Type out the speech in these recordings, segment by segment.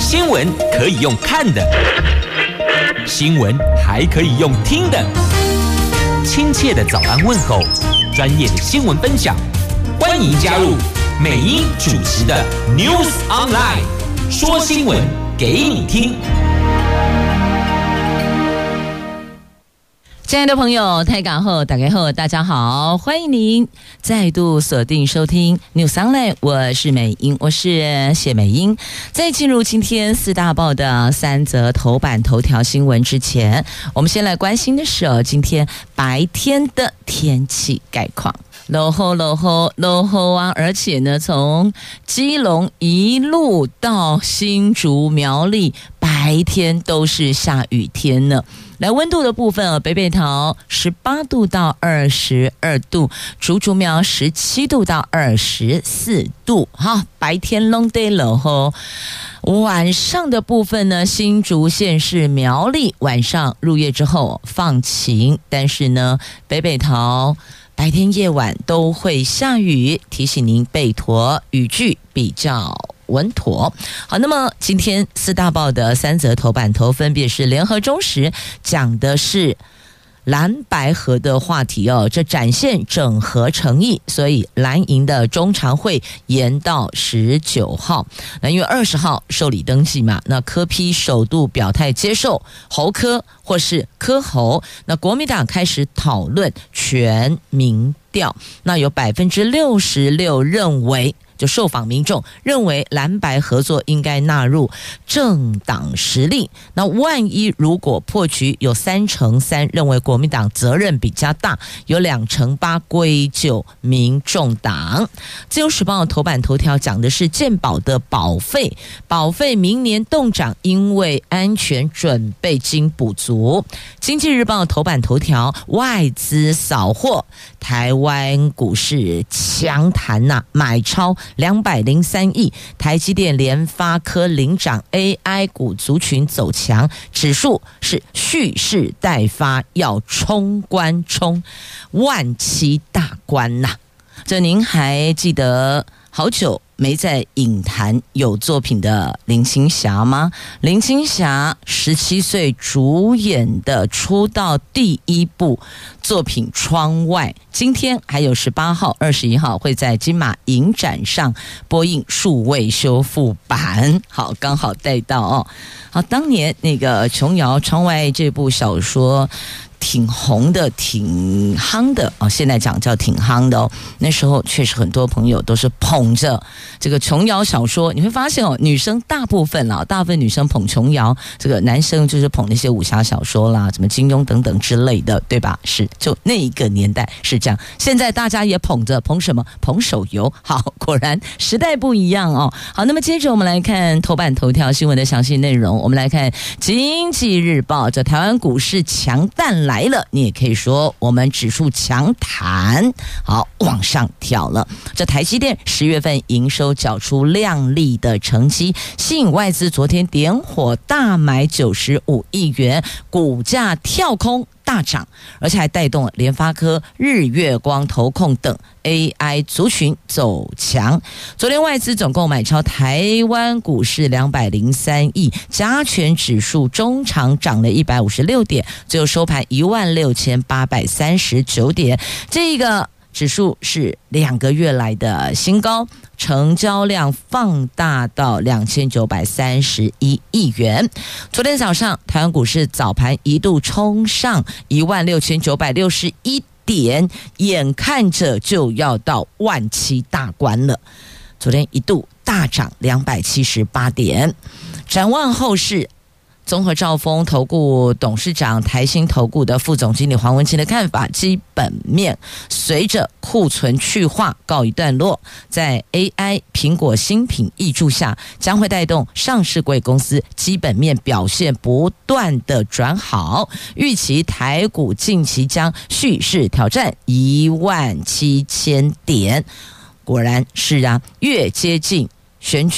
新闻可以用看的，新闻还可以用听的。亲切的早安问候，专业的新闻分享，欢迎加入美英主持的 News Online， 说新闻给你听。 亲爱的朋友，台港后打开后，大家好，欢迎您再度锁定收听 News Online， 我是美英，我是谢美英。在进入今天四大报的3则头版头条新闻之前，我们先来关心的是今天白天的天气概况。落雨啊！而且呢，从基隆一路到新竹苗栗，白天都是下雨天呢。来温度的部分北北桃18度到22度，竹竹苗17度到24度。好，白天拢得落雨。晚上的部分呢，新竹县市苗栗晚上入夜之后放晴，但是呢，北北桃白天夜晚都会下雨，提醒您备妥雨具比较稳妥。好，那么今天四大报的3则头版头分别是联合中时讲的是蓝白合的话题这展现整合诚意，所以蓝营的中常会延到19号。那因为20号受理登记嘛，那柯 P 首度表态接受侯柯或是柯侯，那国民党开始讨论全民调，那有66%认为，就受访民众认为蓝白合作应该纳入政党实力。那万一如果破局，有3%认为国民党责任比较大，有2%归咎民众党。自由时报头版头条讲的是健保的保费明年冻涨，因为安全准备金不足。经济日报头版头条外资扫货，台湾股市强弹买超203亿，台积电、联发科领涨 ，AI 股族群走强，指数是蓄势待发，要冲万七大关呐！这您还记得好久没在影坛有作品的林青霞吗？林青霞17岁主演的出道第一部作品《窗外》，今天还有18号、21号会在金马影展上播映数位修复版。好，刚好带到好，当年那个琼瑶《窗外》这部小说挺红的，挺夯的现在讲叫挺夯的那时候确实很多朋友都是捧着这个琼瑶小说，你会发现女生大部分女生捧琼瑶，这个男生就是捧那些武侠小说啦，什么金庸等等之类的，对吧？是，就那一个年代是这样。现在大家也捧什么？捧手游。好，果然时代不一样好，那么接着我们来看头版头条新闻的详细内容。我们来看经济日报，这台湾股市强弹来了，你也可以说我们指数强弹，好，往上跳了。这台积电10月份营收缴出亮丽的成绩，吸引外资昨天点火大买95亿元，股价跳空大涨，而且还带动联发科、日月光、投控等 AI 族群走强。昨天外资总共买超台湾股市203亿，加权指数中场涨了156点，最后收盘16839点，这个指数是2个月来的新高，成交量放大到2931亿元。昨天早上台湾股市早盘一度冲上16961点，眼看着就要到万七大关了，昨天一度大涨278点。展望后市，综合兆丰投顾董事长、台新投顾的副总经理黄文清的看法，基本面随着库存去化告一段落，在 AI 苹果新品挹注下，将会带动上市柜公司基本面表现不断的转好，预期台股近期将蓄势挑战17000点。果然是越接近选举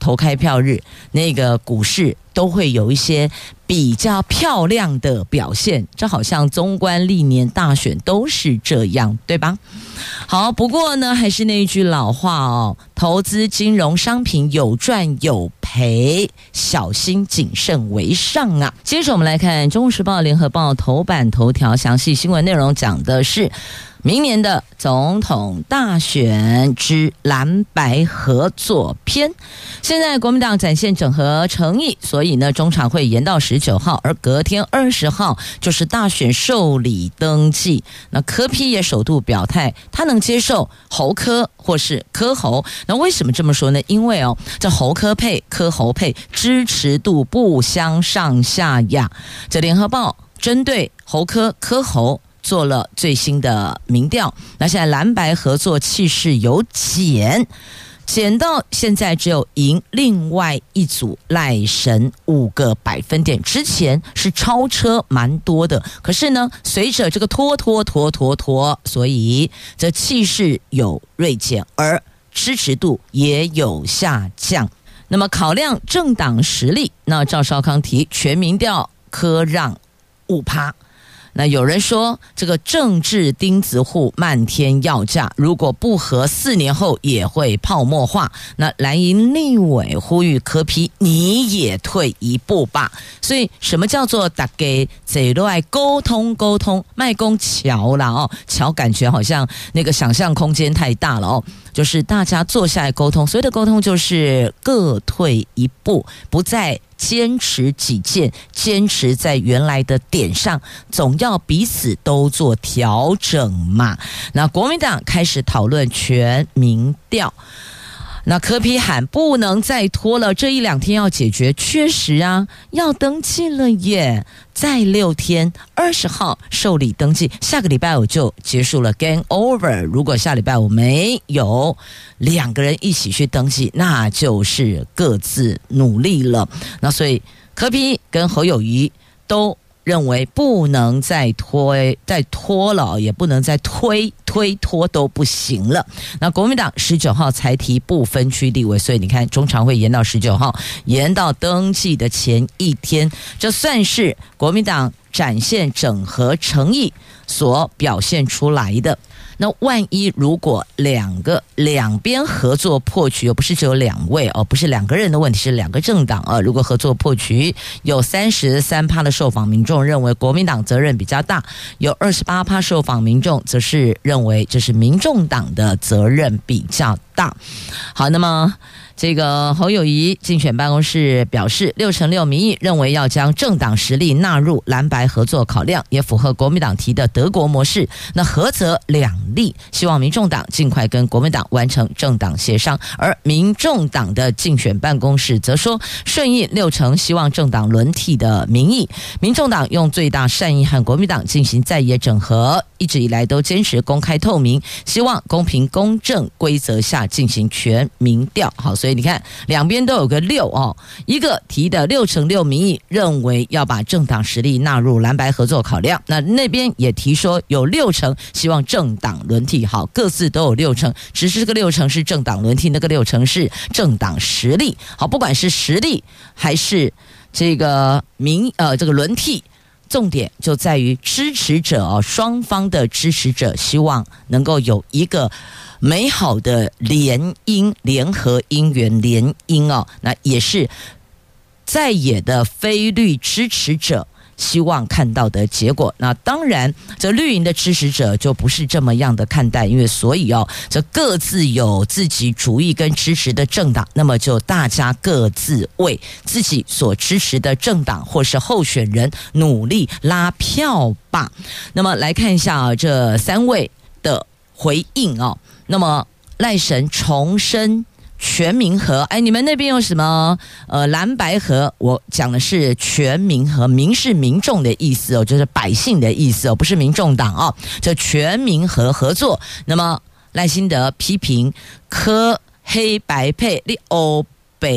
投开票日，那个股市都会有一些比较漂亮的表现，这好像纵观历年大选都是这样，对吧？好，不过呢，还是那一句老话哦，投资金融商品有赚有赔，小心谨慎为上啊。接着我们来看《中国时报》、《联合报》头版头条，详细新闻内容讲的是明年的总统大选之蓝白合作篇。现在国民党展现整合诚意，所以呢，中常会延到19号，而隔天20号就是大选受理登记。那柯 P 也首度表态，他能接受侯柯或是柯侯。那为什么这么说呢？因为这侯柯配、柯侯配支持度不相上下呀。这联合报针对侯柯、柯侯做了最新的民调，那现在蓝白合作气势有减到现在只有赢另外一组赖神5个百分点，之前是超车蛮多的，可是呢，随着这个拖，所以这气势有锐减，而支持度也有下降。那么考量政党实力，那赵少康提全民调柯让5%。那有人说这个政治钉子户漫天要价，如果不合4年后也会泡沫化。那蓝营立委呼吁柯 P 你也退一步吧。所以什么叫做大家坐下来沟通卖公桥啦桥感觉好像那个想象空间太大了就是大家坐下来沟通，所谓的沟通就是各退一步，不再坚持己见，坚持在原来的点上，总要彼此都做调整嘛。那国民党开始讨论全民调，那柯 P 喊不能再拖了，这1-2天要解决，确实啊，要登记了耶，再6天，20号受理登记，下个礼拜5就结束了 game over。 如果下礼拜5没有2个人一起去登记，那就是各自努力了。那所以柯 P 跟侯友宜都认为不能再拖了，也不能再推都不行了。那国民党19号才提不分区立委，所以你看中常会延到19号，延到登记的前一天，这算是国民党展现整合诚意所表现出来的。那万一如果两边合作破局，又不是只有2位不是2个人的问题，是2个政党如果合作破局，有33%的受访民众认为国民党责任比较大，有28%受访民众则是认为这是民众党的责任比较大。好，那么这个侯友宜竞选办公室表示，66%民意认为要将政党实力纳入蓝白合作考量，也符合国民党提的德国模式。那合则2利，希望民众党尽快跟国民党完成政党协商。而民众党的竞选办公室则说，顺应60%希望政党轮替的民意，民众党用最大善意和国民党进行在野整合，一直以来都坚持公开透明，希望公平公正规则下进行全民调。好，所以你看两边都有个6一个提的66%民意认为要把政党实力纳入蓝白合作考量，那边也提说有60%希望政党轮替。好，各自都有60%，只是这个60%是政党轮替，那个60%是政党实力。好，不管是实力还是这个这个轮替，重点就在于支持者双方的支持者希望能够有一个美好的联合姻缘联姻那也是在野的非绿支持者希望看到的结果。那当然这绿营的支持者就不是这么样的看待，因为所以这各自有自己主义跟支持的政党，那么就大家各自为自己所支持的政党或是候选人努力拉票吧。那么来看一下这3位的回应那么赖神重申全民合，你们那边有什么蓝白合？我讲的是全民合，民是民众的意思就是百姓的意思不是民众党这全民合作。那么赖清德批评柯黑白配你欧北破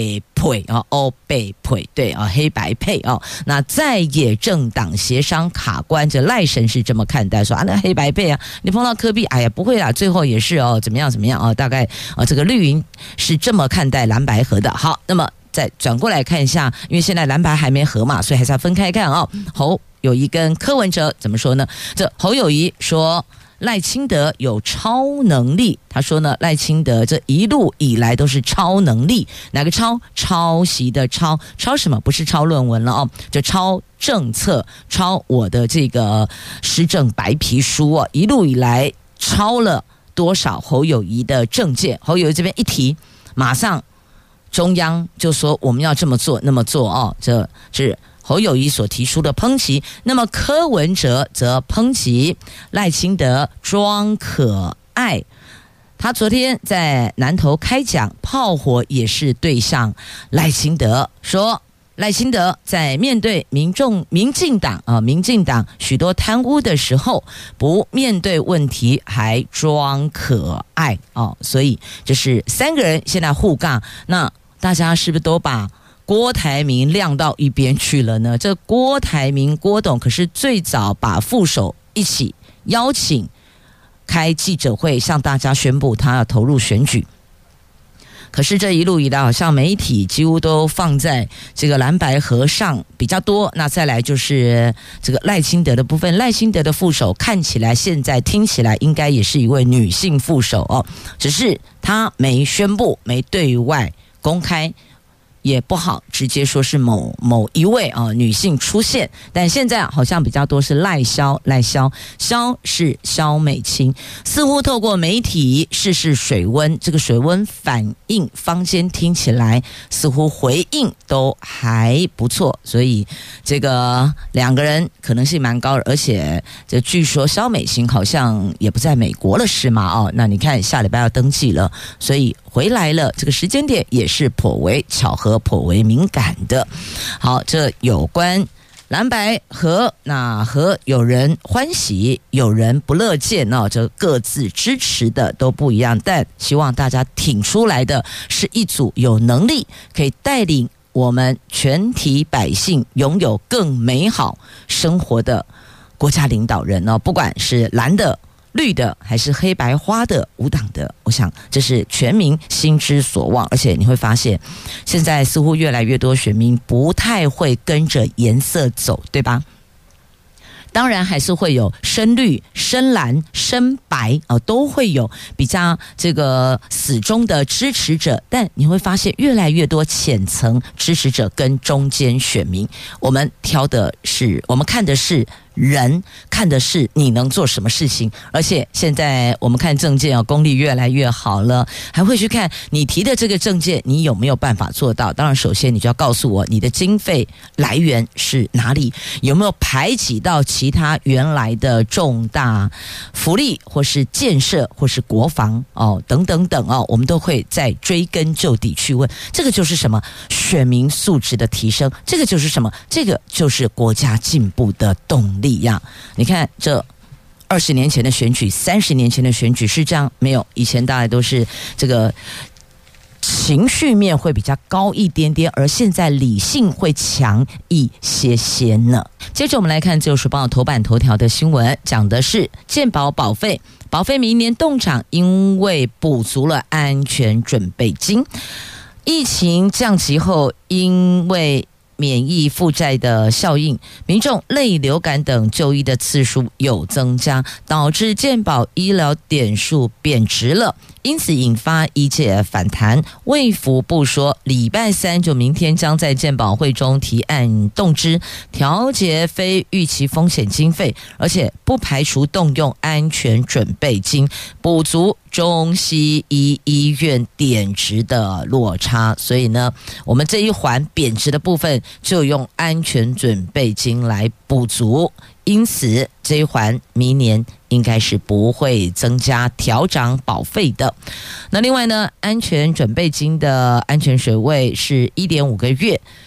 配啊，欧贝配对啊，黑白配啊。那在野政党协商卡关，这赖神是这么看待，说啊，那黑白配啊，你碰到柯 P， 哎呀，不会啦，最后也是怎么样啊，大概这个绿营是这么看待蓝白合的。好，那么再转过来看一下，因为现在蓝白还没合嘛，所以还是要分开看啊。侯友宜跟柯文哲怎么说呢？这侯友宜说赖清德有超能力，他说呢，赖清德这一路以来都是超能力，哪个超？抄袭的抄，抄什么？不是抄论文了就抄政策，抄我的这个施政白皮书一路以来抄了多少侯友宜的政见？侯友宜这边一提，马上中央就说我们要这么做那么做这是侯友宜所提出的抨击。那么柯文哲则抨击赖清德装可爱，他昨天在南投开讲，炮火也是对上赖清德，说赖清德在面对民进党许多贪污的时候，不面对问题还装可爱所以这是三个人现在互杠，那大家是不是都把郭台铭晾到一边去了呢？这郭台铭郭董可是最早把副手一起邀请开记者会，向大家宣布他要投入选举。可是这一路以来，好像媒体几乎都放在这个蓝白合上比较多。那再来就是这个赖清德的部分，赖清德的副手看起来现在听起来应该也是一位女性副手只是他没宣布，没对外公开，也不好直接说是某一位女性出现，但现在好像比较多是赖萧是萧美琴，似乎透过媒体试水温，这个水温反应坊间听起来似乎回应都还不错，所以这个两个人可能性蛮高的，而且这据说萧美琴好像也不在美国了是吗？那你看下礼拜要登记了，所以回来了，这个时间点也是颇为巧合，颇为敏感的。好，这有关蓝白合，那和有人欢喜，有人不乐见这各自支持的都不一样，但希望大家挺出来的是一组有能力可以带领我们全体百姓拥有更美好生活的国家领导人不管是蓝的、绿的还是黑白花的、无党的，我想这是全民心之所望。而且你会发现现在似乎越来越多选民不太会跟着颜色走，对吧？当然还是会有深绿、深蓝、深白都会有比较这个死忠的支持者，但你会发现越来越多浅层支持者跟中间选民，我们看的是人，看的是你能做什么事情。而且现在我们看政见功力越来越好了，还会去看你提的这个政见你有没有办法做到。当然首先你就要告诉我你的经费来源是哪里，有没有排挤到其他原来的重大福利或是建设或是国防等等等我们都会再追根究底去问。这个就是什么？选民素质的提升。这个就是什么？这个就是国家进步的动力呀！你看这20年前的选举、30年前的选举是这样没有？以前大概都是这个情绪面会比较高一点点，而现在理性会强一些些呢。接着我们来看《自由时报》头版头条的新闻，讲的是健保保费明年动涨，因为补足了安全准备金。疫情降级后，因为免疫负债的效应，民众类流感等就医的次数有增加，导致健保医疗点数贬值了，因此引发医界反弹。卫福部说，礼拜三就明天将在健保会中提案动支调节非预期风险经费，而且不排除动用安全准备金补足中西医医院点值的落差。所以呢，我们这一环贬值的部分就用安全准备金来补足，因此这一环明年应该是不会增加调涨保费的。那另外呢，安全准备金的安全水位是 1.5 个月，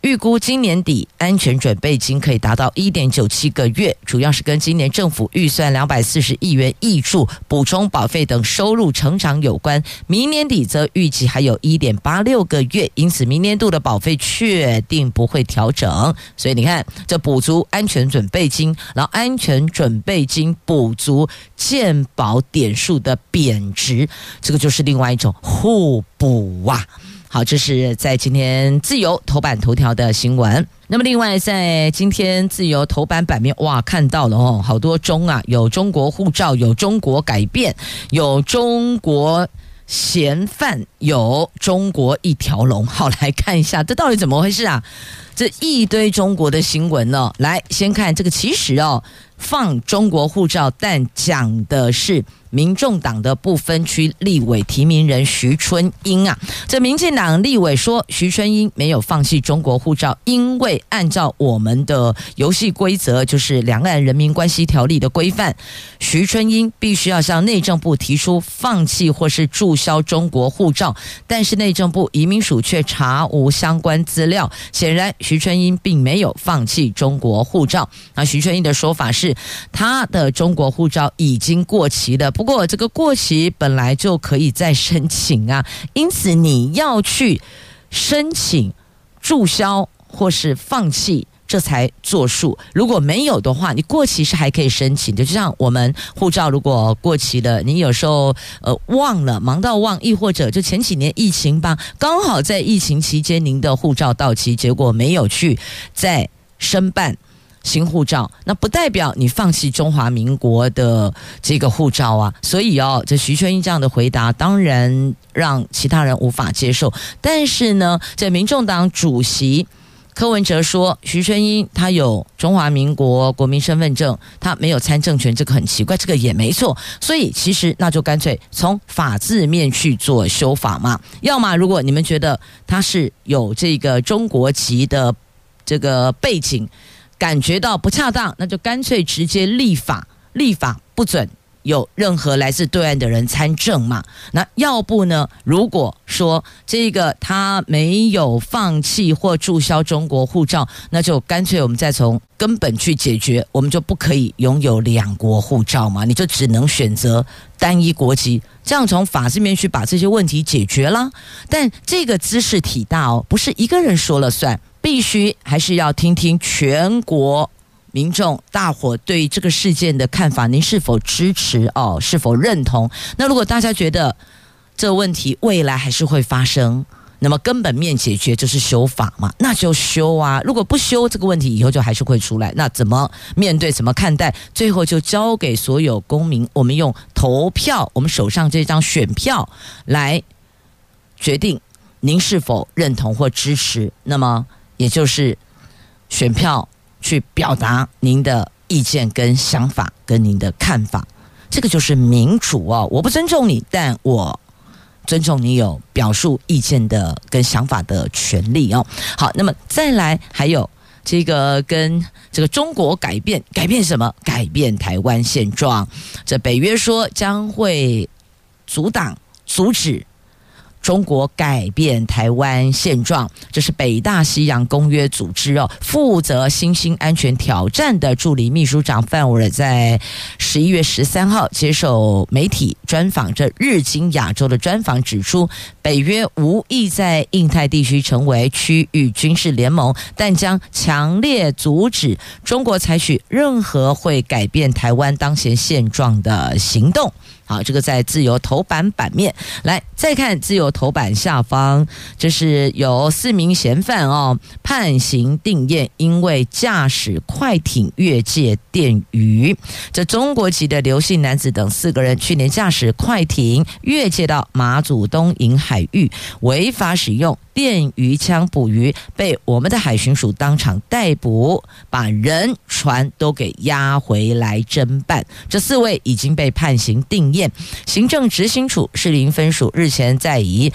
预估今年底安全准备金可以达到 1.97 个月，主要是跟今年政府预算240亿元挹注、补充保费等收入成长有关。明年底则预计还有 1.86 个月，因此明年度的保费确定不会调整。所以你看，这补足安全准备金，然后安全准备金补足健保点数的贬值，这个就是另外一种互补啊。好，这是在今天自由头版头条的新闻。那么另外在今天自由头版版面，哇，看到了好多中啊，有中国护照，有中国改变，有中国嫌犯，有中国一条龙。好，来看一下这到底怎么回事啊？这一堆中国的新闻呢，来先看这个，其实放中国护照，但讲的是民众党的不分区立委提名人徐春英啊。这民进党立委说，徐春英没有放弃中国护照，因为按照我们的游戏规则，就是两岸人民关系条例的规范，徐春英必须要向内政部提出放弃或是注销中国护照，但是内政部移民署却查无相关资料，显然徐春英并没有放弃中国护照。那徐春英的说法是，他的中国护照已经过期了，不过这个过期本来就可以再申请啊，因此你要去申请注销或是放弃，这才作数。如果没有的话，你过期是还可以申请的。就像我们护照如果过期了，你有时候忘了，忙到忘，亦或者就前几年疫情吧，刚好在疫情期间您的护照到期，结果没有去再申办新护照，那不代表你放弃中华民国的这个护照啊。所以这徐春英这样的回答当然让其他人无法接受。但是呢，这民众党主席柯文哲说，徐春英他有中华民国国民身份证，他没有参政权，这个很奇怪，这个也没错。所以其实那就干脆从法制面去做修法嘛。要么如果你们觉得他是有这个中国籍的这个背景，感觉到不恰当，那就干脆直接立法不准有任何来自对岸的人参政嘛。那要不呢，如果说这个他没有放弃或注销中国护照，那就干脆我们再从根本去解决，我们就不可以拥有两国护照嘛，你就只能选择单一国籍，这样从法制面去把这些问题解决啦。但这个姿势体大不是一个人说了算，必须还是要听听全国民众大伙对这个事件的看法，您是否支持是否认同？那如果大家觉得这问题未来还是会发生，那么根本面解决就是修法嘛，那就修啊。如果不修，这个问题以后就还是会出来，那怎么面对，怎么看待？最后就交给所有公民，我们用投票，我们手上这张选票来决定您是否认同或支持。那么也就是选票去表达您的意见跟想法跟您的看法，这个就是民主我不尊重你，但我尊重你有表述意见的跟想法的权利好，那么再来还有这个跟这个中国改变什么？改变台湾现状。这北约说将会阻止中国改变台湾现状，这是北大西洋公约组织负责新兴安全挑战的助理秘书长范伟在11月13号接受媒体专访，这日经亚洲的专访指出，北约无意在印太地区成为区域军事联盟，但将强烈阻止中国采取任何会改变台湾当前现状的行动。好，这个在自由头版版面。来，再看自由头版下方，这是有4名嫌犯判刑定谳，因为驾驶快艇越界电鱼。这中国籍的刘姓男子等4个人去年驾驶快艇越界到马祖东引海域，违法使用电鱼枪捕鱼，被我们的海巡署当场逮捕，把人船都给押回来侦办。这4位已经被判刑定谳，行政执行处士林分署日前再以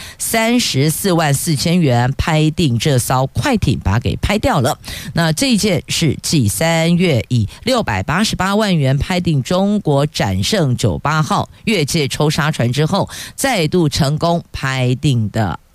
34万4千元拍定这艘快艇，把它给拍掉了。那这一件是继3月以688万元拍定中国展胜98号越界抽沙船之后，再度成功拍定的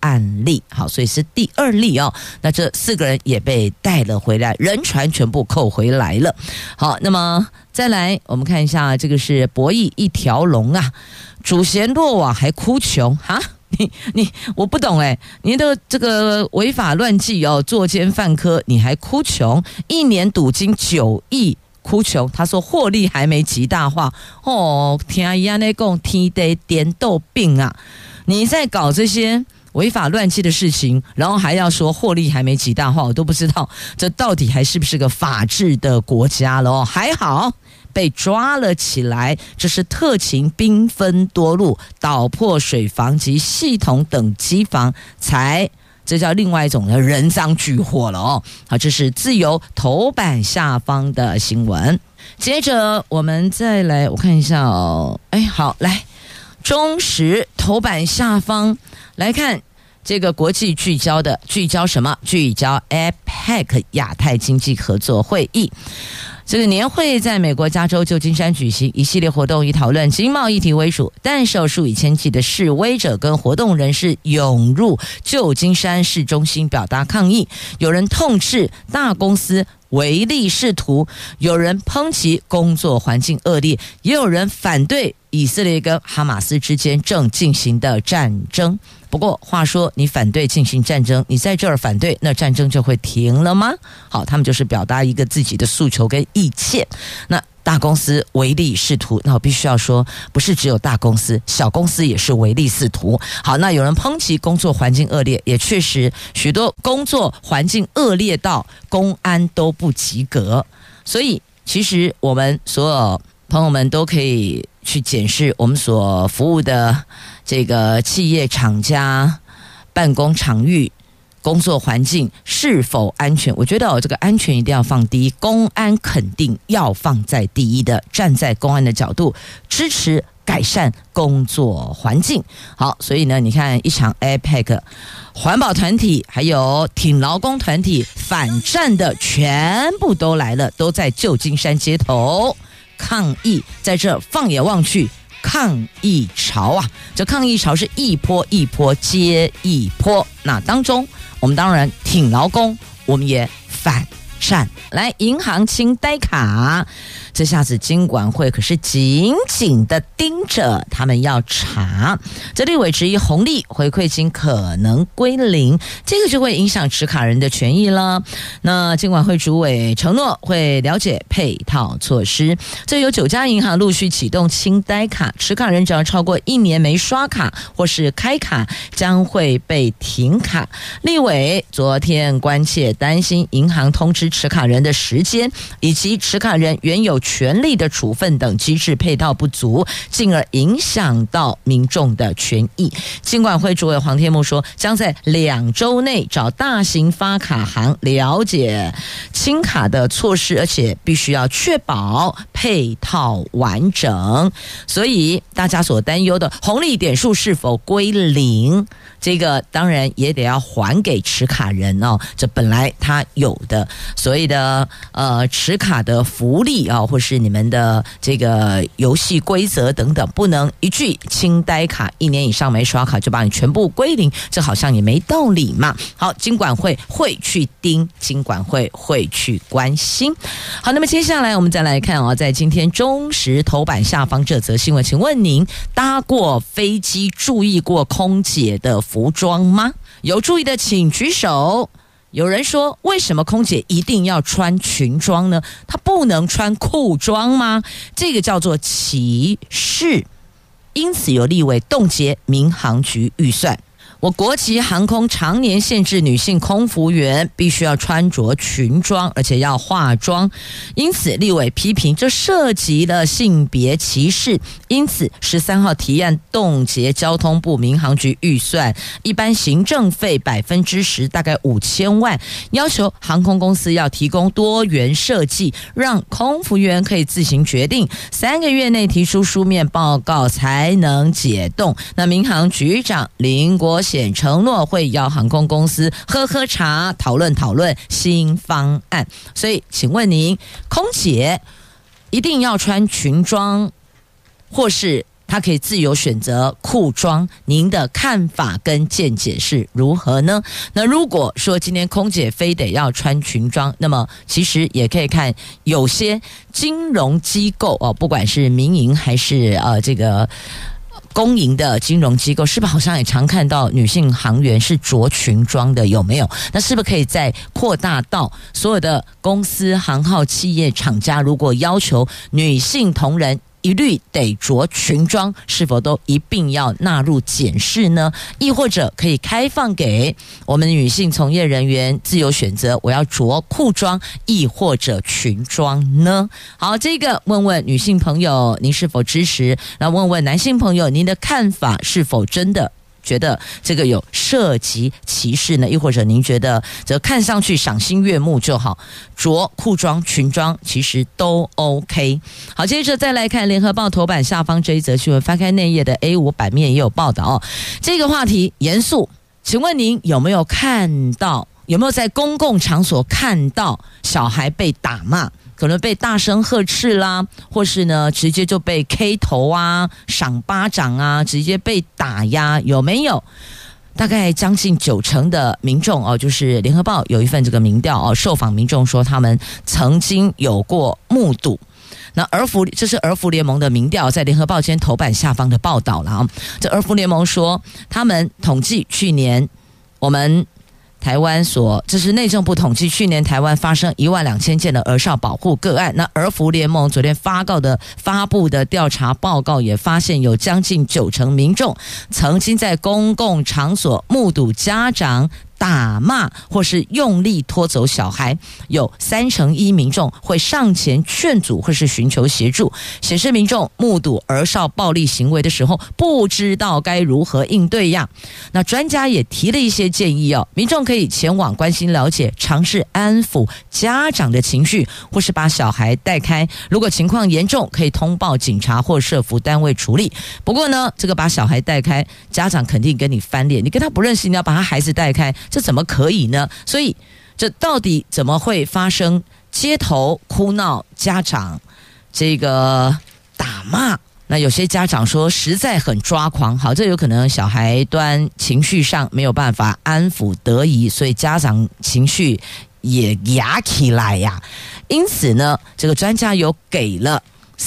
案例。好，所以是第2例哦。那这4个人也被带了回来，人船全部扣回来了。好，那么再来我们看一下，这个是博弈一条龙啊，主嫌落网还哭穷哈。我不懂你的这个违法乱纪哦，作奸犯科，你还哭穷？1年赌金9亿，哭穷。他说获利还没极大化哦，听伊安尼讲，天地颠倒病啊！你在搞这些违法乱纪的事情，然后还要说获利还没极大化，我都不知道这到底还是不是个法治的国家了哦。还好被抓了起来，这是特勤兵分多路，捣破水房及系统等机房，这叫另外一种的人赃俱获了哦。好，这是自由头版下方的新闻。接着我们再来，我看一下哦。好，来中时头版下方来看。这个国际聚焦什么？聚焦 APEC 亚太经济合作会议。这个年会在美国加州旧金山举行，一系列活动以讨论经贸议题为主，但是有数以千计的示威者跟活动人士涌入旧金山市中心表达抗议，有人痛斥大公司唯利是图，有人抨击工作环境恶劣，也有人反对以色列跟哈马斯之间正进行的战争。不过话说，你反对进行战争，你在这儿反对，那战争就会停了吗？好，他们就是表达一个自己的诉求跟意见。那大公司唯利是图，那我必须要说，不是只有大公司，小公司也是唯利是图。好，那有人抨击工作环境恶劣，也确实许多工作环境恶劣到公安都不及格。所以其实我们所有朋友们都可以去检视我们所服务的这个企业厂家办公场域工作环境是否安全。我觉得这个安全一定要放第一，公安肯定要放在第一的，站在公安的角度支持改善工作环境。好，所以呢你看一场 APEC 环保团体还有挺劳工团体反战的全部都来了，都在旧金山街头抗议。在这放眼望去，抗议潮啊，这抗议潮是一波一波接一波。那当中我们当然挺劳工，我们也反战。来，银行清呆卡，这下子金管会可是紧紧的盯着，他们要查。这立委质疑红利回馈金可能归零，这个就会影响持卡人的权益了。那金管会主委承诺会了解配套措施。这有9家银行陆续启动清呆卡，持卡人只要超过1年没刷卡或是开卡，将会被停卡。立委昨天关切担心银行通知持卡人的时间以及持卡人原有权利的处分等机制配套不足，进而影响到民众的权益。金管会主委黄天牧说，将在2周内找大型发卡行了解清卡的措施，而且必须要确保配套完整。所以大家所担忧的红利点数是否归零，这个当然也得要还给持卡人哦，这本来他有的所谓的持卡的福利啊，或是你们的这个游戏规则等等，不能一句清呆卡1年以上没刷卡就把你全部归零，这好像也没道理嘛。好，金管会会去盯，金管会会去关心。好，那么接下来我们再来看在今天中时头版下方这则新闻，请问您搭过飞机注意过空姐的服装吗？有注意的请举手。有人说，为什么空姐一定要穿裙装呢？她不能穿裤装吗？这个叫做歧视。因此有立委冻结民航局预算。我国籍航空常年限制女性空服员必须要穿着裙装，而且要化妆，因此立委批评这涉及了性别歧视，因此13号提案冻结交通部民航局预算一般行政费10%，大概5000万，要求航空公司要提供多元设计，让空服员可以自行决定，3个月内提出书面报告才能解冻。那民航局长林国显承诺会要航空公司喝茶，讨论新方案。所以请问您，空姐一定要穿裙装，或是她她可以自由选择裤装，您的看法跟见解是如何呢？那如果说今天空姐非得要穿裙装，那么其实也可以看有些金融机构哦，不管是民营还是这个公营的金融机构，是不是好像也常看到女性航员是着裙装的？有没有？那是不是可以再扩大到所有的公司、行号、企业、厂家，如果要求女性同仁一律得着裙装，是否都一并要纳入检视呢？亦或者可以开放给我们女性从业人员自由选择，我要着裤装亦或者裙装呢？好，这个问问女性朋友您是否支持，那问问男性朋友您的看法是否真的觉得这个有涉及歧视呢？亦或者您觉得这看上去赏心悦目就好，着裤装裙装其实都 OK。 好，接着再来看联合报头版下方这一则新闻，翻开内页的 A5 版面也有报道哦。这个话题严肃，请问您有没有看到，有没有在公共场所看到小孩被打骂，可能被大声呵斥啦，或是呢直接就被 K 头啊、赏巴掌啊，直接被打压，有没有？大概将近90%的民众哦，就是联合报有一份这个民调哦，受访民众说他们曾经有过目睹。那这是儿福联盟的民调，在联合报今天头版下方的报道了啊。这儿福联盟说，他们统计去年我们台湾这是内政部统计，去年台湾发生12000件的儿少保护个案。那儿福联盟昨天发布的调查报告也发现，有将近90%民众曾经在公共场所目睹家长打骂或是用力拖走小孩，有1/3民众会上前劝阻或是寻求协助，显示民众目睹儿少暴力行为的时候不知道该如何应对呀。那专家也提了一些建议哦，民众可以前往关心了解，尝试安抚家长的情绪，或是把小孩带开，如果情况严重可以通报警察或社福单位处理。不过呢，这个把小孩带开，家长肯定跟你翻脸，你跟他不认识，你要把他孩子带开，这怎么可以呢？所以这到底怎么会发生街头哭闹家长这个打骂？那有些家长说实在很抓狂，好，这有可能小孩端情绪上没有办法安抚得宜，所以家长情绪也压起来呀。因此呢，这个专家有给了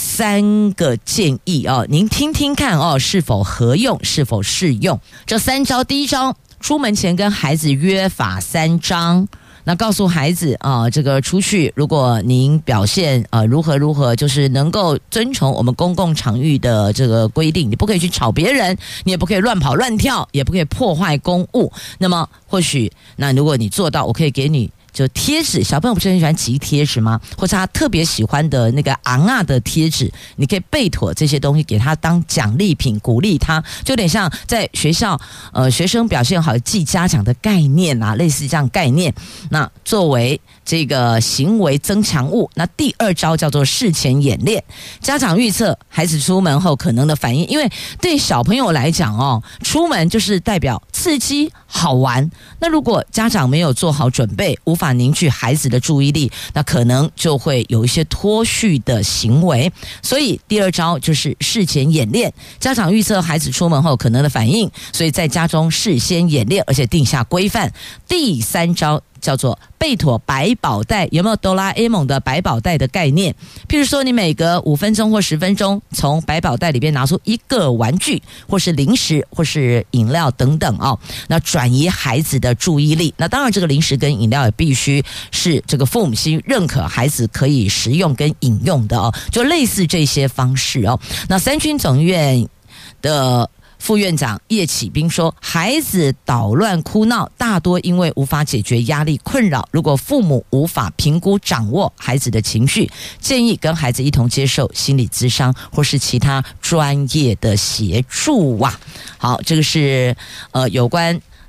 3个建议哦，您听听看哦，是否合用，是否适用？这3招，第一招，出门前跟孩子约法3章。那告诉孩子这个出去，如果您表现如何，就是能够遵从我们公共场域的这个规定，你不可以去吵别人，你也不可以乱跑乱跳，也不可以破坏公物。那么或许，那如果你做到，我可以给你就贴纸，小朋友不是很喜欢集贴纸吗？或者他特别喜欢的那个昂啊的贴纸，你可以备妥这些东西给他当奖励品，鼓励他，就有点像在学校学生表现好记家长的概念啊，类似这样概念。那作为这个行为增强物。那第2招叫做事前演练，家长预测孩子出门后可能的反应，因为对小朋友来讲出门就是代表刺激好玩，那如果家长没有做好准备，无法凝聚孩子的注意力，那可能就会有一些脱序的行为。所以第2招就是事前演练，家长预测孩子出门后可能的反应，所以在家中事先演练，而且定下规范。第3招叫做备妥百宝袋，有没有哆啦 A 梦的百宝袋的概念？譬如说你每隔5分钟或10分钟从百宝袋里边拿出一个玩具或是零食或是饮料等等那转移孩子的注意力。那当然这个零食跟饮料也必须是这个父母亲认可孩子可以食用跟饮用的就类似这些方式那三军总医院的副院长叶启斌说，孩子捣乱哭闹大多因为无法解决压力困扰，如果父母无法评估掌握孩子的情绪，建议跟孩子一同接受心理咨商或是其他专业的协助好，这个是有关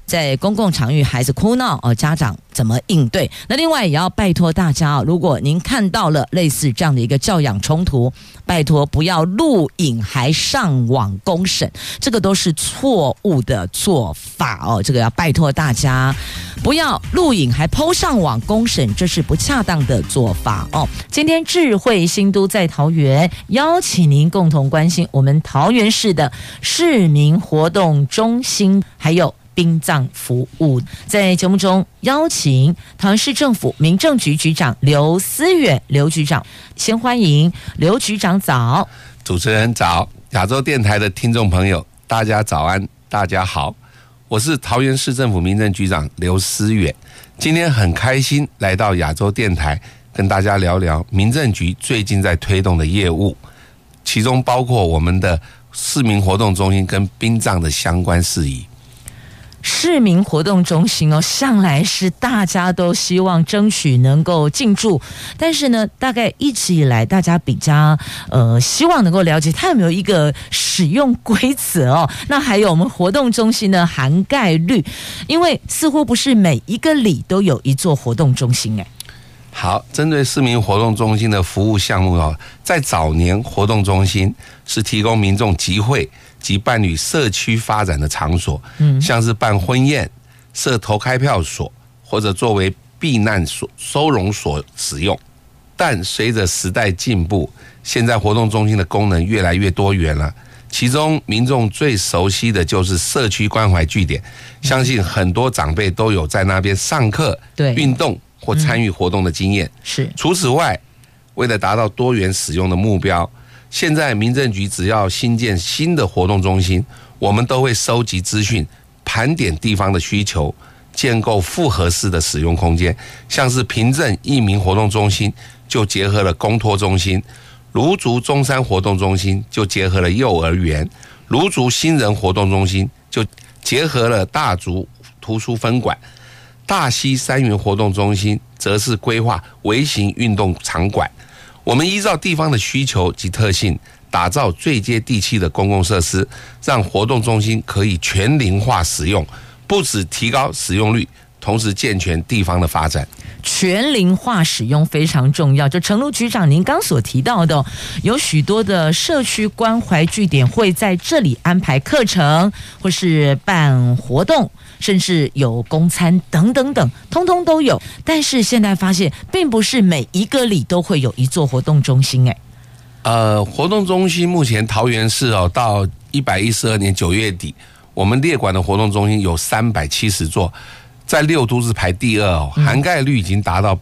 在公共场域孩子哭闹家长怎么应对？那另外也要拜托大家如果您看到了类似这样的一个教养冲突，拜托不要录影还上网公审，这个都是错误的做法这个要拜托大家不要录影还 po 上网公审，这是不恰当的做法今天智慧新都在桃园，邀请您共同关心我们桃园市的市民活动中心还有殡葬服务。在节目中邀请桃园市政府民政局局长刘思远刘局长，先欢迎刘局长早。 主持人早，亚洲电台的听众朋友大家早安，大家好，我是桃园市政府民政局长刘思远，今天很开心来到亚洲电台跟大家聊聊民政局最近在推动的业务，其中包括我们的市民活动中心跟殡葬的相关事宜。 市民活动中心向来是大家都希望争取能够进驻，但是呢，大概一直以来大家比较希望能够了解它有没有一个使用规则那还有我们活动中心的涵盖率，因为似乎不是每一个里都有一座活动中心好，针对市民活动中心的服务项目在早年活动中心是提供民众集会及办理社区发展的场所，像是办婚宴、设投开票所或者作为避难所、收容所使用。但随着时代进步，现在活动中心的功能越来越多元了，其中民众最熟悉的就是社区关怀据点，相信很多长辈都有在那边上课、运动或参与活动的经验。 是。 除此外，为了达到多元使用的目标，现在民政局只要新建新的活动中心，我们都会收集资讯，盘点地方的需求，建构复合式的使用空间。像是平镇义民活动中心就结合了公托中心，芦竹中山活动中心就结合了幼儿园，芦竹新人活动中心就结合了大竹图书分馆，大溪三元活动中心则是规划微型运动场馆。我们依照地方的需求及特性，打造最接地气的公共设施，让活动中心可以全龄化使用，不只提高使用率，同时健全地方的发展。 全龄化使用非常重要，就诚如局长您刚所提到的有许多的社区关怀据点会在这里安排课程或是办活动，甚至有供餐等等等，通通都有。但是现在发现并不是每一个里都会有一座活动中心活动中心目前桃园市到112年9月底，我们列管的活动中心有370座，在6都是排第2涵盖率已经达到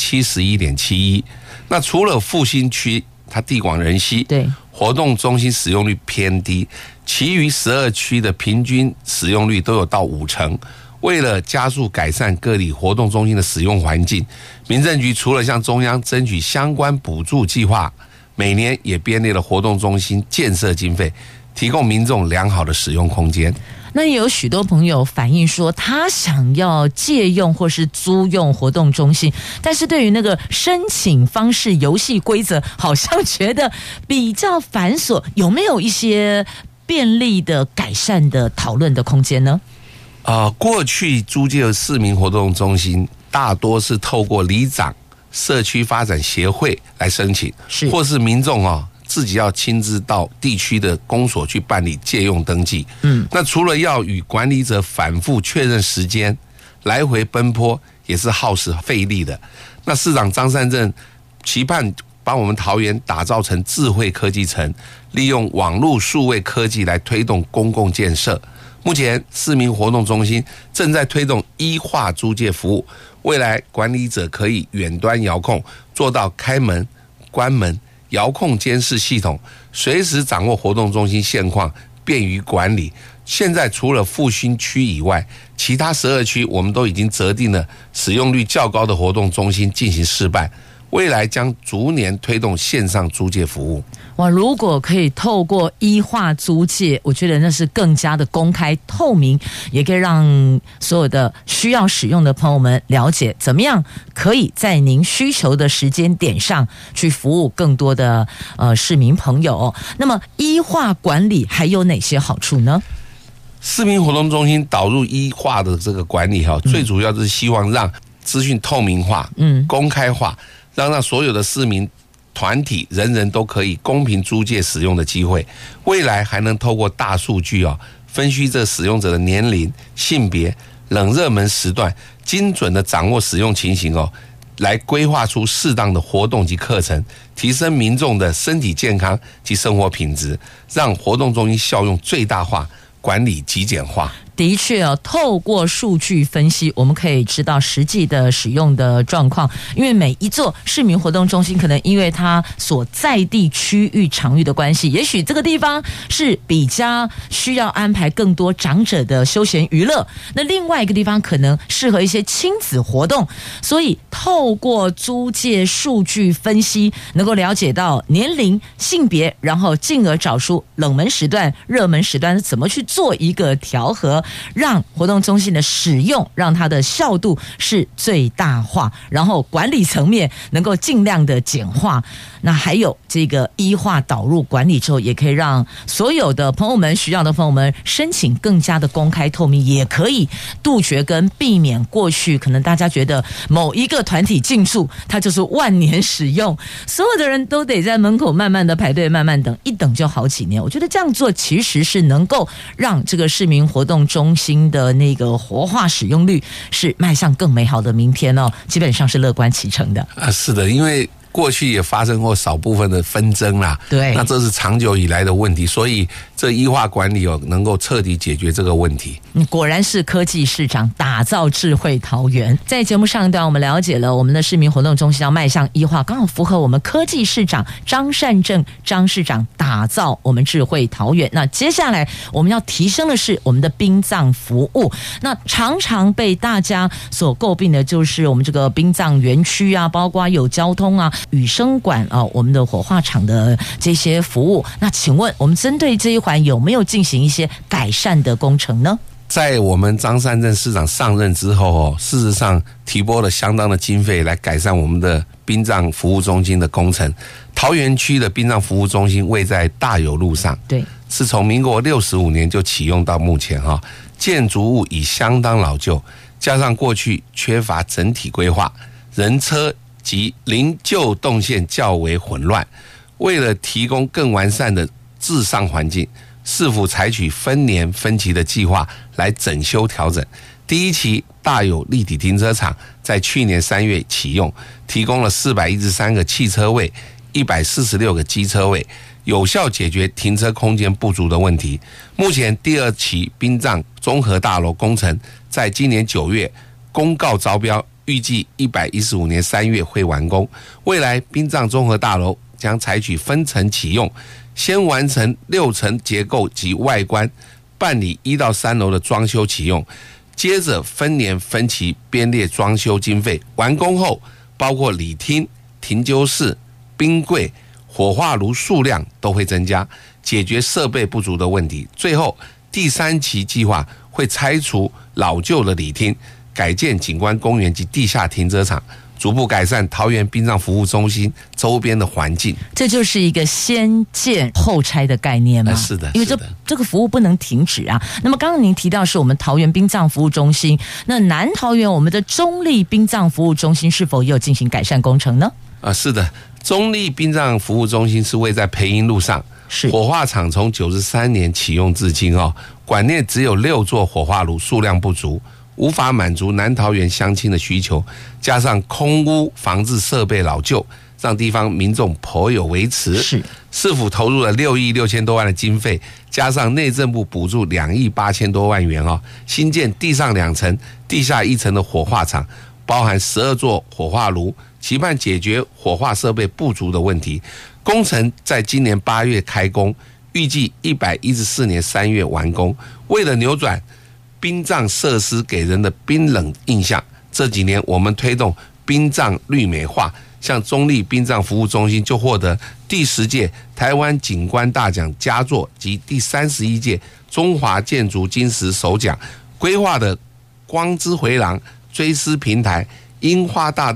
71.71%。那除了复兴区它地广人稀，对，活动中心使用率偏低，其余12区的平均使用率都有到50%。为了加速改善各里活动中心的使用环境，民政局除了向中央争取相关补助计划，每年也编列了活动中心建设经费，提供民众良好的使用空间。 那也有许多朋友反映说，他想要借用或是租用活动中心，但是对于那个申请方式、游戏规则，好像觉得比较繁琐，有没有一些便利的改善的讨论的空间呢？ 过去租借市民活动中心大多是透过里长、社区发展协会来申请，或是民众自己要亲自到地区的公所去办理借用登记。那除了要与管理者反复确认时间，来回奔波也是耗时费力的。那市长张善政期盼把我们桃园打造成智慧科技城，利用网络数位科技来推动公共建设。目前市民活动中心正在推动1化租借服务，未来管理者可以远端遥控，做到开门、关门、遥控监视系统，随时掌握活动中心现况，便于管理。现在除了复兴区以外，其他12区我们都已经择定了使用率较高的活动中心进行示范，未来将逐年推动线上租借服务。 哇，如果可以透过1化租借，我觉得那是更加的公开透明，也可以让所有的需要使用的朋友们了解怎么样可以在您需求的时间点上去服务更多的市民朋友那么1化管理还有哪些好处呢？ 市民活动中心导入医化的这个管理最主要就是希望让资讯透明化、公开化，让所有的市民团体人人都可以公平租借使用的机会。未来还能透过大数据分析这使用者的年龄、性别、冷热门时段，精准的掌握使用情形来规划出适当的活动及课程，提升民众的身体健康及生活品质，让活动中心效用最大化，管理极简化。 的确透过数据分析，我们可以知道实际的使用的状况。因为每一座市民活动中心，可能因为它所在地区域场域的关系，也许这个地方是比较需要安排更多长者的休闲娱乐，那另外一个地方可能适合一些亲子活动。所以透过租借数据分析，能够了解到年龄、性别，然后进而找出冷门时段、热门时段怎么去做一个调和，让活动中心的使用，让它的效度是最大化，然后管理层面能够尽量的简化。那还有这个医化导入管理之后，也可以让所有的朋友们、需要的朋友们申请更加的公开透明，也可以杜绝跟避免过去可能大家觉得某一个团体进驻它就是万年使用，所有的人都得在门口慢慢的排队，慢慢等，一等就好几年。我觉得这样做其实是能够让这个市民活动中心的那个活化使用率是迈向更美好的明天基本上是乐观其成的。 是的，因为过去也发生过少部分的纷争啦， 对， 那这是长久以来的问题，所以这医化管理能够彻底解决这个问题。 果然是科技市长打造智慧桃园。在节目上一段我们了解了我们的市民活动中心要迈向医化，刚好符合我们科技市长张善政张市长打造我们智慧桃园。那接下来我们要提升的是我们的殡葬服务。那常常被大家所诟病的就是我们这个殡葬园区啊，包括有交通啊、雨声馆我们的火化场的这些服务。那请问我们针对这一环有没有进行一些改善的工程呢？ 在我们张善政市长上任之后事实上提拨了相当的经费来改善我们的殡葬服务中心的工程。桃园区的殡葬服务中心位在大有路上， 对， 是从民国65年就启用到目前建筑物已相当老旧，加上过去缺乏整体规划，人车及灵柩动线较为混乱。为了提供更完善的治丧环境，市府采取分年分期的计划来整修调整。第一期大有立体停车场在去年3月启用，提供了413个汽车位、146个机车位，有效解决停车空间不足的问题。目前第二期殡葬综合大楼工程在今年9月公告招标，预计115年3月会完工。未来殡葬综合大楼将采取分层启用，先完成6层结构及外观，办理1到3楼的装修启用，接着分年分期编列装修经费。完工后，包括礼厅、停柩室、冰柜、火化炉数量都会增加，解决设备不足的问题。最后，第3期计划会拆除老旧的礼厅，改建景观公园及地下停车场，逐步改善桃园殡葬服务中心周边的环境。 这就是一个先建后拆的概念吗？ 是的， 因为这个服务不能停止啊。那么刚刚您提到是我们桃园殡葬服务中心，那南桃园我们的中立殡葬服务中心是否也有进行改善工程呢？ 是的，中立殡葬服务中心是位在培英路上， 是火化场从93年启用至今馆内只有6座火化炉，数量不足，无法满足南桃园乡亲的需求，加上空屋防治设备老旧，让地方民众颇有微词。市府投入了6亿6千多万的经费，加上内政部补助2亿8千多万元新建地上2层、地下1层的火化场，包含12座火化炉，期盼解决火化设备不足的问题。工程在今年8月开工，预计114年3月完工。为了扭转殡葬设施给人的冰冷印象，这几年我们推动殡葬绿美化，像中立殡葬服务中心就获得第10届台湾景观大奖佳作及第31届中华建筑金石首奖。规划的光之回廊、追思平台、樱花大道、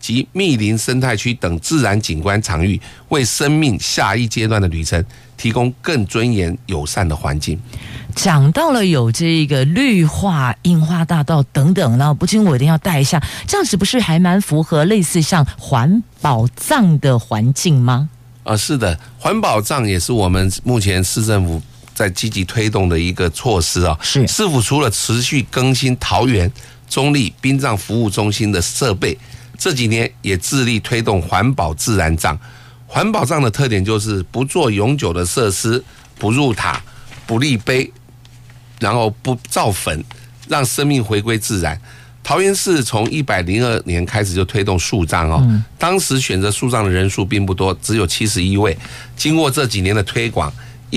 及密林生态区等自然景观场域，为生命下一阶段的旅程提供更尊严友善的环境。 讲到了有这个绿化、樱花大道等等，然后不禁我一定要带一下，这样子不是还蛮符合类似像环保葬的环境吗？ 是的，环保葬也是我们目前市政府在积极推动的一个措施啊。 是， 市府除了持续更新桃园、中立殡葬服务中心的设备，这几年也致力推动环保自然葬。环保葬的特点就是不做永久的设施，不入塔，不立碑，然后不造坟，让生命回归自然。桃园市从102年开始就推动树葬哦，当时选择树葬的人数并不多，只有71位。经过这几年的推广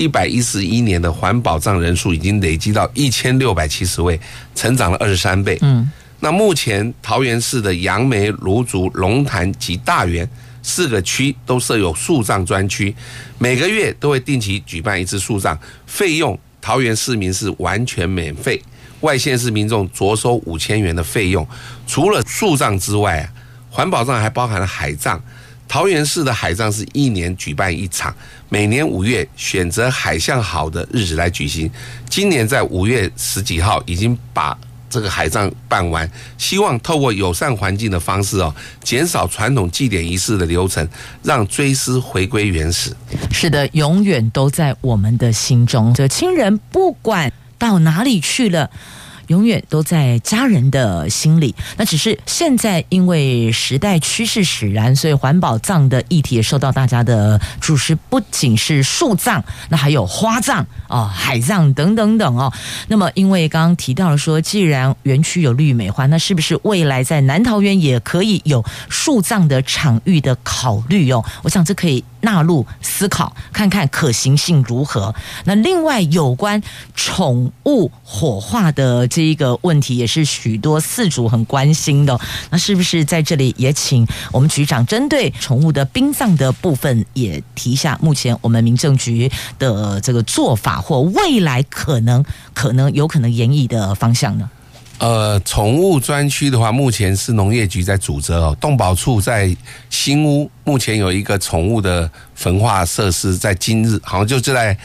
，111年的环保葬人数已经累积到1670位，成长了23倍。那目前桃园市的杨梅、芦竹、龙潭及大园4个区都设有树葬专区，每个月都会定期举办一次树葬，费用桃园市民是完全免费，外县市民众着收5000元的费用。除了树葬之外，环保葬还包含了海葬。桃园市的海葬是1年举办1场，每年5月选择海象好的日子来举行。今年在5月10几号已经把这个海葬办完，希望透过友善环境的方式减少传统祭典仪式的流程，让追思回归原始。 是的，永远都在我们的心中。这亲人不管到哪里去了，永远都在家人的心里。那只是现在因为时代趋势使然，所以环保葬的议题也受到大家的注视，不仅是树葬，那还有花葬海葬等等等哦。那么因为刚刚提到了说，既然园区有绿美化，那是不是未来在南桃园也可以有树葬的场域的考虑哦？我想这可以纳入思考，看看可行性如何。那另外有关宠物火化的这一个问题，也是许多饲主很关心的。那是不是在这里也请我们局长针对宠物的殡葬的部分也提一下，目前我们民政局的这个做法或未来有可能研议的方向呢？ 宠物专区的话，目前是农业局在主责动保处在新屋目前有一个宠物的焚化设施，在今日好像就在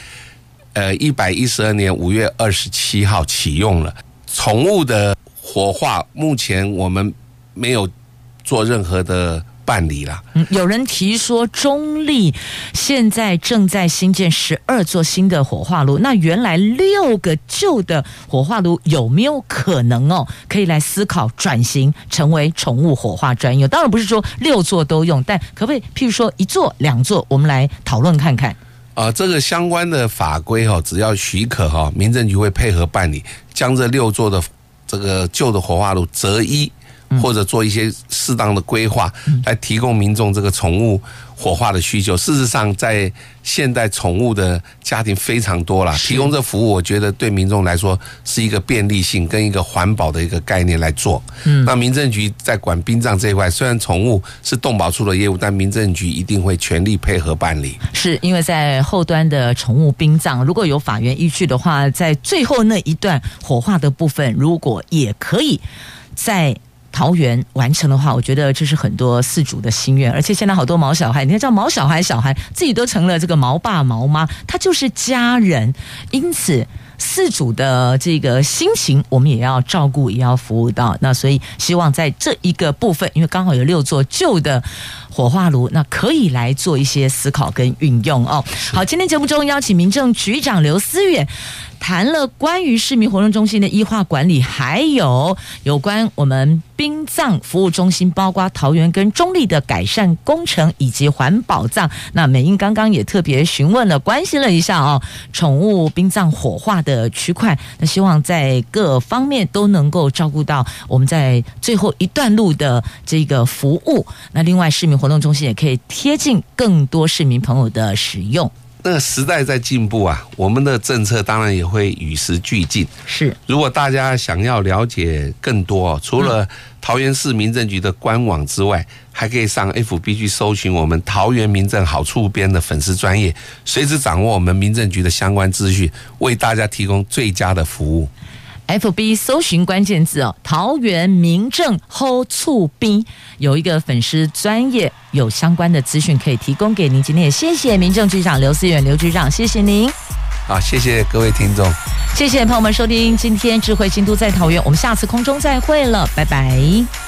112年5月27号启用了。宠物的火化目前我们没有做任何的办理啦。 有人提说中立现在正在新建12座新的火化炉，那原来6个旧的火化炉有没有可能可以来思考转型成为宠物火化专用？当然不是说6座都用，但可不可以譬如说1座2座，我们来讨论看看。 这个相关的法规只要许可民政局会配合办理，将这6座的这个旧的火化炉择一，或者做一些适当的规划，来提供民众这个宠物火化的需求。事实上，在现代宠物的家庭非常多啦，提供这服务，我觉得对民众来说是一个便利性跟一个环保的一个概念来做。那民政局在管殡葬这一块，虽然宠物是动保处的业务，但民政局一定会全力配合办理。 是因为在后端的宠物殡葬，如果有法源依据的话，在最后那一段火化的部分，如果也可以在桃园完成的话，我觉得这是很多饲主的心愿。而且现在好多毛小孩，你知道毛小孩自己都成了这个毛爸毛妈，他就是家人，因此饲主的这个心情我们也要照顾，也要服务到。那所以希望在这一个部分，因为刚好有6座旧的火化炉，那可以来做一些思考跟运用哦。好，今天节目中邀请民政局长刘思远谈了关于市民活动中心的医化管理，还有关我们殡葬服务中心，包括桃园跟中立的改善工程以及环保葬。那美英刚刚也特别询问了，关心了一下宠物殡葬火化的区块，那希望在各方面都能够照顾到我们在最后一段路的这个服务。那另外市民活动中心也可以贴近更多市民朋友的使用。 那个时代在进步啊，我们的政策当然也会与时俱进。 是， 如果大家想要了解更多，除了桃园市民政局的官网之外，还可以上 FB 去搜寻我们桃园民政好处编的粉丝专页，随时掌握我们民政局的相关资讯，为大家提供最佳的服务。 FB 搜寻关键字桃园民政后促兵，有一个粉丝专页，有相关的资讯可以提供给您。今天也谢谢民政局长刘思远刘局长，谢谢您。 好，谢谢各位听众， 谢谢朋友们收听今天智慧京都在桃园，我们下次空中再会了，拜拜。